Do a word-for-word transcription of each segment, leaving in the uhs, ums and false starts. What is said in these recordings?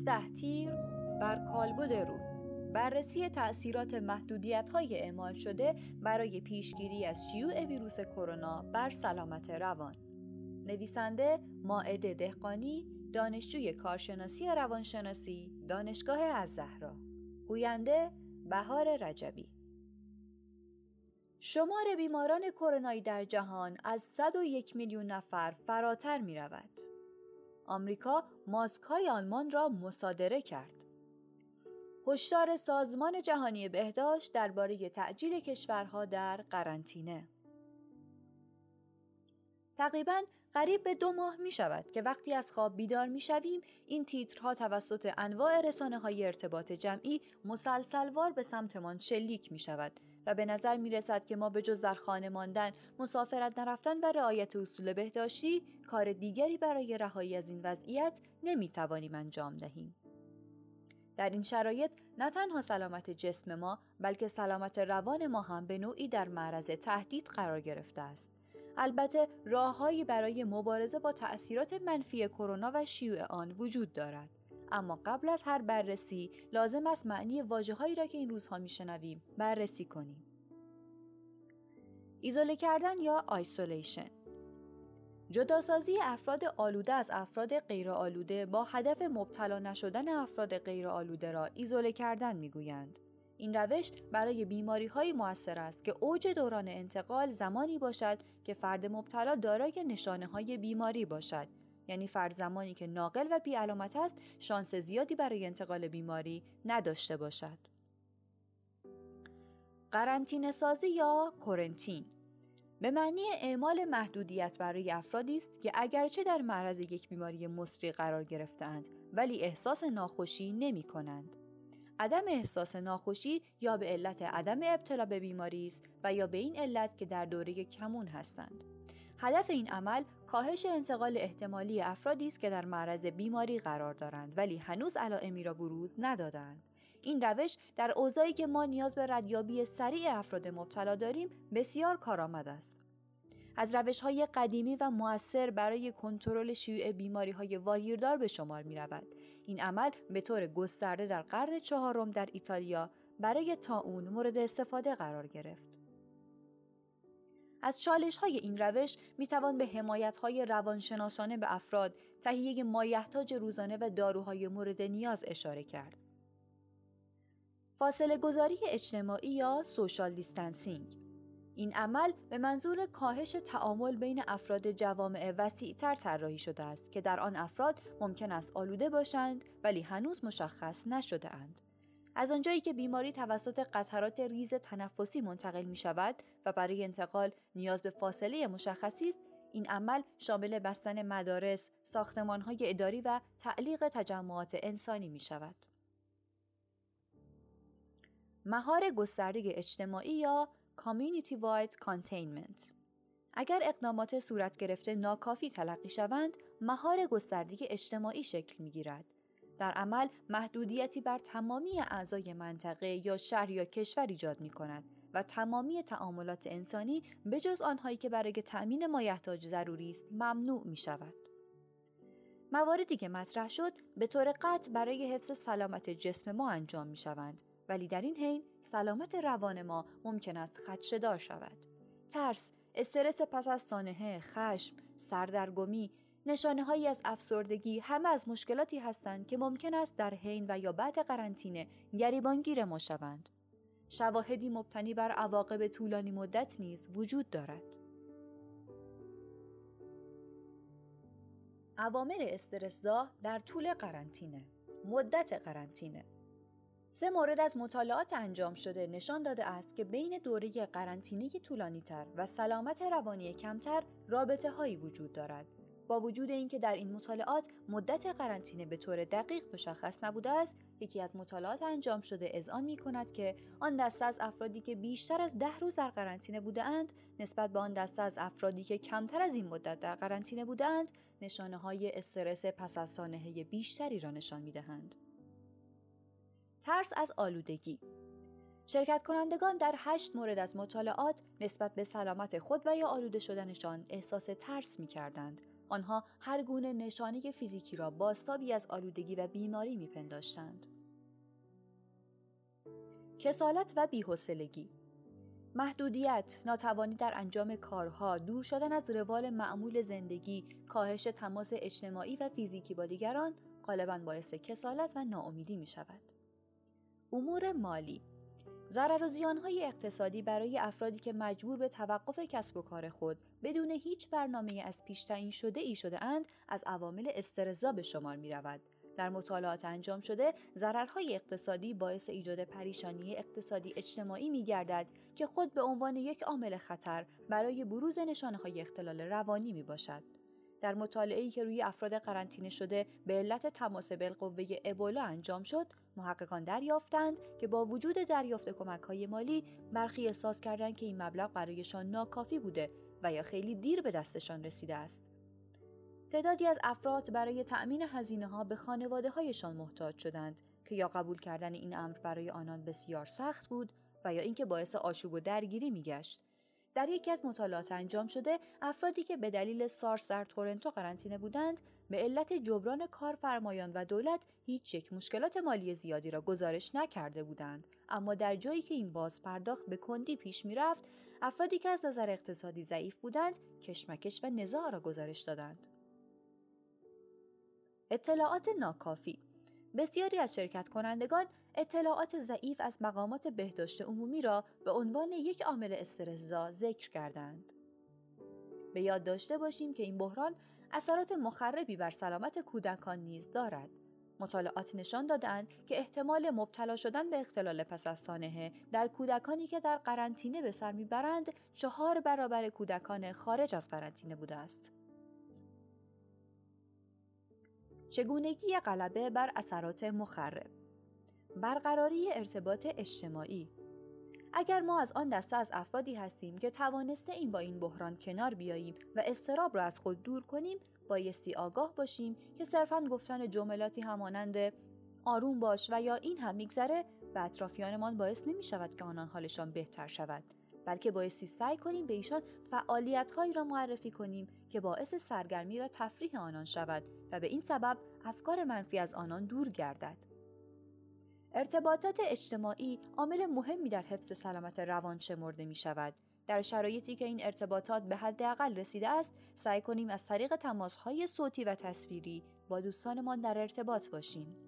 شانزده تیر بر کالبد روح، بررسی تأثیرات محدودیت‌های اعمال شده برای پیشگیری از شیوع ویروس کرونا بر سلامت روان. نویسنده مائده دهقانی، دانشجوی کارشناسی روانشناسی، دانشگاه الزهرا. گوینده بهار رجبی. شمار بیماران کرونایی در جهان از صد و یک میلیون نفر فراتر می رود. آمریکا ماسک‌های آلمان را مصادره کرد. هشدار سازمان جهانی بهداشت درباره تعجیل کشورها در قرنطینه. تقریباً قریب به دو ماه می شود که وقتی از خواب بیدار می شویم این تیترها توسط انواع رسانه‌های ارتباط جمعی مسلسلوار به سمتمان شلیک می شود و به نظر می رسد که ما به جز در خانه ماندن، مسافرت نرفتن و رعایت اصول بهداشتی کار دیگری برای رهایی از این وضعیت نمی توانیم انجام دهیم. در این شرایط نه تنها سلامت جسم ما بلکه سلامت روان ما هم به نوعی در معرض تهدید قرار گرفته است. البته راههایی برای مبارزه با تأثیرات منفی کرونا و شیوع آن وجود دارد، اما قبل از هر بررسی لازم است معنی واژه‌هایی را که این روزها میشنویم بررسی کنیم. ایزوله کردن یا آیسولیشن، جداسازی افراد آلوده از افراد غیر آلوده با هدف مبتلا نشدن افراد غیر آلوده را ایزوله کردن میگویند. این روش برای بیماری‌های مؤثر است که اوج دوران انتقال زمانی باشد که فرد مبتلا دارای نشانه‌های بیماری باشد، یعنی فرد زمانی که ناقل و بی‌علامت است شانس زیادی برای انتقال بیماری نداشته باشد. قرنطینه سازی یا کرنتین به معنی اعمال محدودیت برای افرادی است که اگرچه در معرض یک بیماری مسری قرار گرفته‌اند ولی احساس ناخوشی نمی‌کنند. عدم احساس ناخوشی یا به علت عدم ابتلا به بیماری است و یا به این علت که در دوره کمون هستند. هدف این عمل کاهش انتقال احتمالی افرادی است که در معرض بیماری قرار دارند ولی هنوز علائمی را بروز ندادند. این روش در اوضاعی که ما نیاز به ردیابی سریع افراد مبتلا داریم بسیار کارآمد است. از روش‌های قدیمی و مؤثر برای کنترل شیوع بیماری‌های واگیردار به شمار می‌رود. این عمل به طور گسترده در قرن چهارم در ایتالیا برای طاعون مورد استفاده قرار گرفت. از چالش‌های این روش می‌توان به حمایت‌های روانشناسانه به افراد، تهیه مایحتاج روزانه و داروهای مورد نیاز اشاره کرد. فاصله گذاری اجتماعی یا سوشال دیستنسینگ، این عمل به منظور کاهش تعامل بین افراد جوامع وسیع‌تر طراحی شده است که در آن افراد ممکن است آلوده باشند ولی هنوز مشخص نشده اند. از آنجایی که بیماری توسط قطرات ریز تنفسی منتقل می شود و برای انتقال نیاز به فاصله مشخصی است، این عمل شامل بستن مدارس، ساختمان‌های اداری و تعلیق تجمعات انسانی می شود. مهار گسترده اجتماعی یا Community Wide Containment. اگر اقدامات صورت گرفته ناکافی تلقی شوند، مهار گسترده اجتماعی شکل می‌گیرد. در عمل محدودیتی بر تمامی اعضای منطقه یا شهر یا کشور ایجاد می‌کند و تمامی تعاملات انسانی به جز آنهایی که برای تأمین مایحتاج ضروری است ممنوع می‌شود. مواردی که مطرح شد به طور قطع برای حفظ سلامت جسم ما انجام می‌شوند، ولی در این حین سلامت روان ما ممکن است خدشه‌دار شود. ترس، استرس پس از سانحه، خشم، سردرگمی، نشانه‌هایی از افسردگی همه از مشکلاتی هستند که ممکن است در حین و یا بعد قرنطینه گریبانگیر ما شوند. شواهدی مبتنی بر عواقب طولانی مدت نیز وجود دارد. عوامل استرس‌زا در طول قرنطینه، مدت قرنطینه. سه مورد از مطالعات انجام شده نشان داده است که بین دوره قرنطینه طولانی‌تر و سلامت روانی کمتر رابطه هایی وجود دارد. با وجود اینکه در این مطالعات مدت قرنطینه به طور دقیق مشخص نبوده است، یکی از مطالعات انجام شده اذعان می‌کند که آن دسته از افرادی که بیشتر از ده روز در قرنطینه بوده‌اند نسبت به آن دسته از افرادی که کمتر از این مدت در قرنطینه بوده‌اند، نشانه‌های استرس پس از سانحه بیشتری را نشان می‌دهند. ترس از آلودگی. شرکت کنندگان در هشت مورد از مطالعات نسبت به سلامت خود و یا آلوده شدنشان احساس ترس می کردند. آنها هر گونه نشانه فیزیکی را بازتابی از آلودگی و بیماری می‌پنداشتند. کسالت و بی‌حوصلگی، محدودیت، ناتوانی در انجام کارها، دور شدن از روال معمول زندگی، کاهش تماس اجتماعی و فیزیکی با دیگران غالباً باعث کسالت و ناامیدی می‌شود. امور مالی، ضرر و زیان‌های اقتصادی برای افرادی که مجبور به توقف کسب و کار خود بدون هیچ برنامه از پیش تعیین شده ای شده اند از عوامل استرس‌زا به شمار می‌رود. در مطالعات انجام شده، ضررهای اقتصادی باعث ایجاد پریشانی اقتصادی اجتماعی می‌گردد که خود به عنوان یک عامل خطر برای بروز نشانه‌های اختلال روانی میباشد. در مطالعه‌ای که روی افراد قرنطینه شده به علت تماس بالقوه ابولا انجام شد، محققان دریافتند که با وجود دریافت کمک‌های مالی، برخی احساس کردند که این مبلغ برایشان ناکافی بوده و یا خیلی دیر به دستشان رسیده است. تعدادی از افراد برای تأمین هزینه‌ها به خانواده‌هایشان محتاج شدند که یا قبول کردن این امر برای آنان بسیار سخت بود و یا اینکه باعث آشوب و درگیری می‌گشت. در یکی از مطالعات انجام شده، افرادی که به دلیل سارس در تورنتو قرنطینه بودند، به علت جبران کارفرمایان و دولت هیچ یک مشکلات مالی زیادی را گزارش نکرده بودند، اما در جایی که این باز پرداخت به کندی پیش می‌رفت، افرادی که از نظر اقتصادی ضعیف بودند، کشمکش و نزاع را گزارش دادند. اطلاعات ناکافی. بسیاری از شرکت کنندگان اطلاعات ضعیف از مقامات بهداشت عمومی را به عنوان یک عامل استرس‌زا ذکر کردند. به یاد داشته باشیم که این بحران اثرات مخربی بر سلامت کودکان نیز دارد. مطالعات نشان دادند که احتمال مبتلا شدن به اختلال پس از سانحه در کودکانی که در قرنطینه به سر میبرند چهار برابر کودکان خارج از قرنطینه بوده است. چگونگی غلبه بر اثرات مخرب. برقراری ارتباط اجتماعی. اگر ما از آن دسته از افرادی هستیم که توانسته این با این بحران کنار بیاییم و اضطراب را از خود دور کنیم، بایستی آگاه باشیم که صرفاً گفتن جملاتی همانند آروم باش و یا این هم میگذره به اطرافیانمان باعث نمی شود که آنان حالشان بهتر شود، بلکه بایستی سعی کنیم به ایشان فعالیت‌هایی را معرفی کنیم که باعث سرگرمی و تفریح آنان شود و به این سبب افکار منفی از آنان دور گردد. ارتباطات اجتماعی عامل مهمی در حفظ سلامت روان شمرده می شود. در شرایطی که این ارتباطات به حداقل رسیده است، سعی کنیم از طریق تماس‌های صوتی و تصویری با دوستانمان در ارتباط باشیم.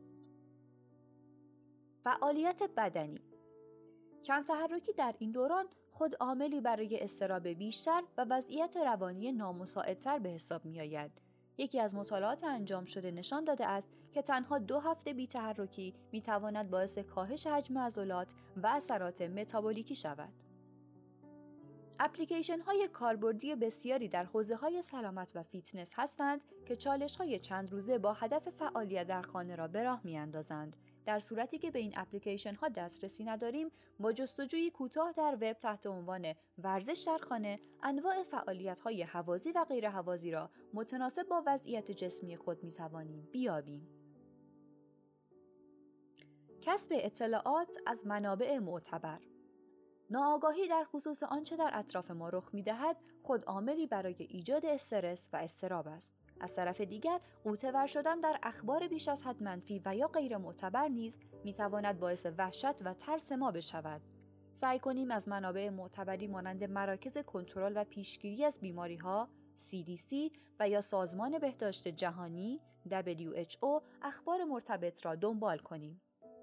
فعالیت بدنی. کم تحرکی در این دوران خود عاملی برای اضطراب بیشتر و وضعیت روانی نامساعدتر به حساب می آید. یکی از مطالعات انجام شده نشان داده است که تنها دو هفته بی‌تحرکی می‌تواند باعث کاهش حجم عضلات و اثرات متابولیکی شود. اپلیکیشن‌های کاربردی بسیاری در حوزه‌های سلامت و فیتنس هستند که چالش‌های چند روزه با هدف فعالیت در خانه را به راه می‌اندازند. در صورتی که به این اپلیکیشن‌ها دسترسی نداریم، با جستجوی کوتاه در وب تحت عنوان ورزش در خانه، انواع فعالیت‌های هوازی و غیر هوازی را متناسب با وضعیت جسمی خود می‌توانیم بیابیم. کسب اطلاعات از منابع معتبر. ناآگاهی در خصوص آنچه در اطراف ما رخ می‌دهد، خود عاملی برای ایجاد استرس و اضطراب است. از طرف دیگر، غوطه‌ور شدن در اخبار بیش از حد منفی و یا غیر معتبر نیز می‌تواند باعث وحشت و ترس ما بشود. سعی کنیم از منابع معتبری مانند مراکز کنترل و پیشگیری از بیماری‌ها، سی دی سی و یا سازمان بهداشت جهانی، دبلیو اچ او اخبار مرتبط را دنبال کنیم.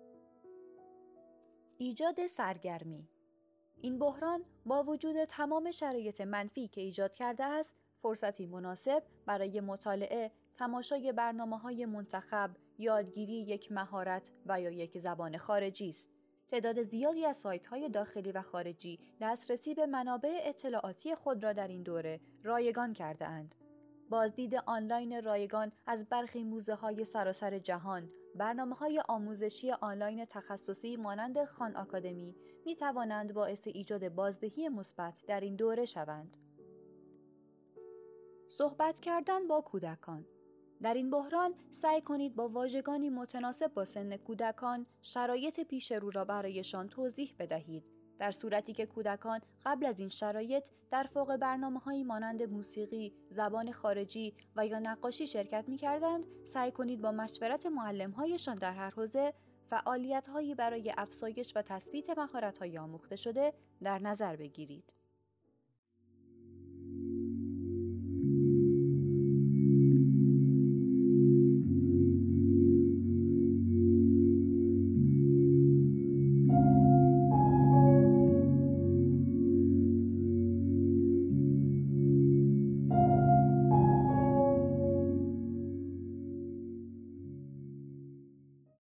ایجاد سرگرمی. این بحران با وجود تمام شرایط منفی که ایجاد کرده است، فرصتی مناسب برای مطالعه، تماشای برنامه‌های منتخب، یادگیری یک مهارت و یا یک زبان خارجی است. تعداد زیادی از سایت‌های داخلی و خارجی دسترسی به منابع اطلاعاتی خود را در این دوره رایگان کرده اند. بازدید آنلاین رایگان از برخی موزه‌های سراسر جهان، برنامه‌های آموزشی آنلاین تخصصی مانند خان آکادمی می توانند باعث ایجاد بازدهی مثبت در این دوره شوند. صحبت کردن با کودکان. در این بحران سعی کنید با واژگانی متناسب با سن کودکان شرایط پیش رو را برایشان توضیح بدهید. در صورتی که کودکان قبل از این شرایط در فوق برنامه‌هایی مانند موسیقی، زبان خارجی و یا نقاشی شرکت می‌کردند، سعی کنید با مشورت معلم‌هایشان در هر حوزه فعالیت‌هایی برای افزایش و تثبیت مهارت‌های آموخته شده در نظر بگیرید.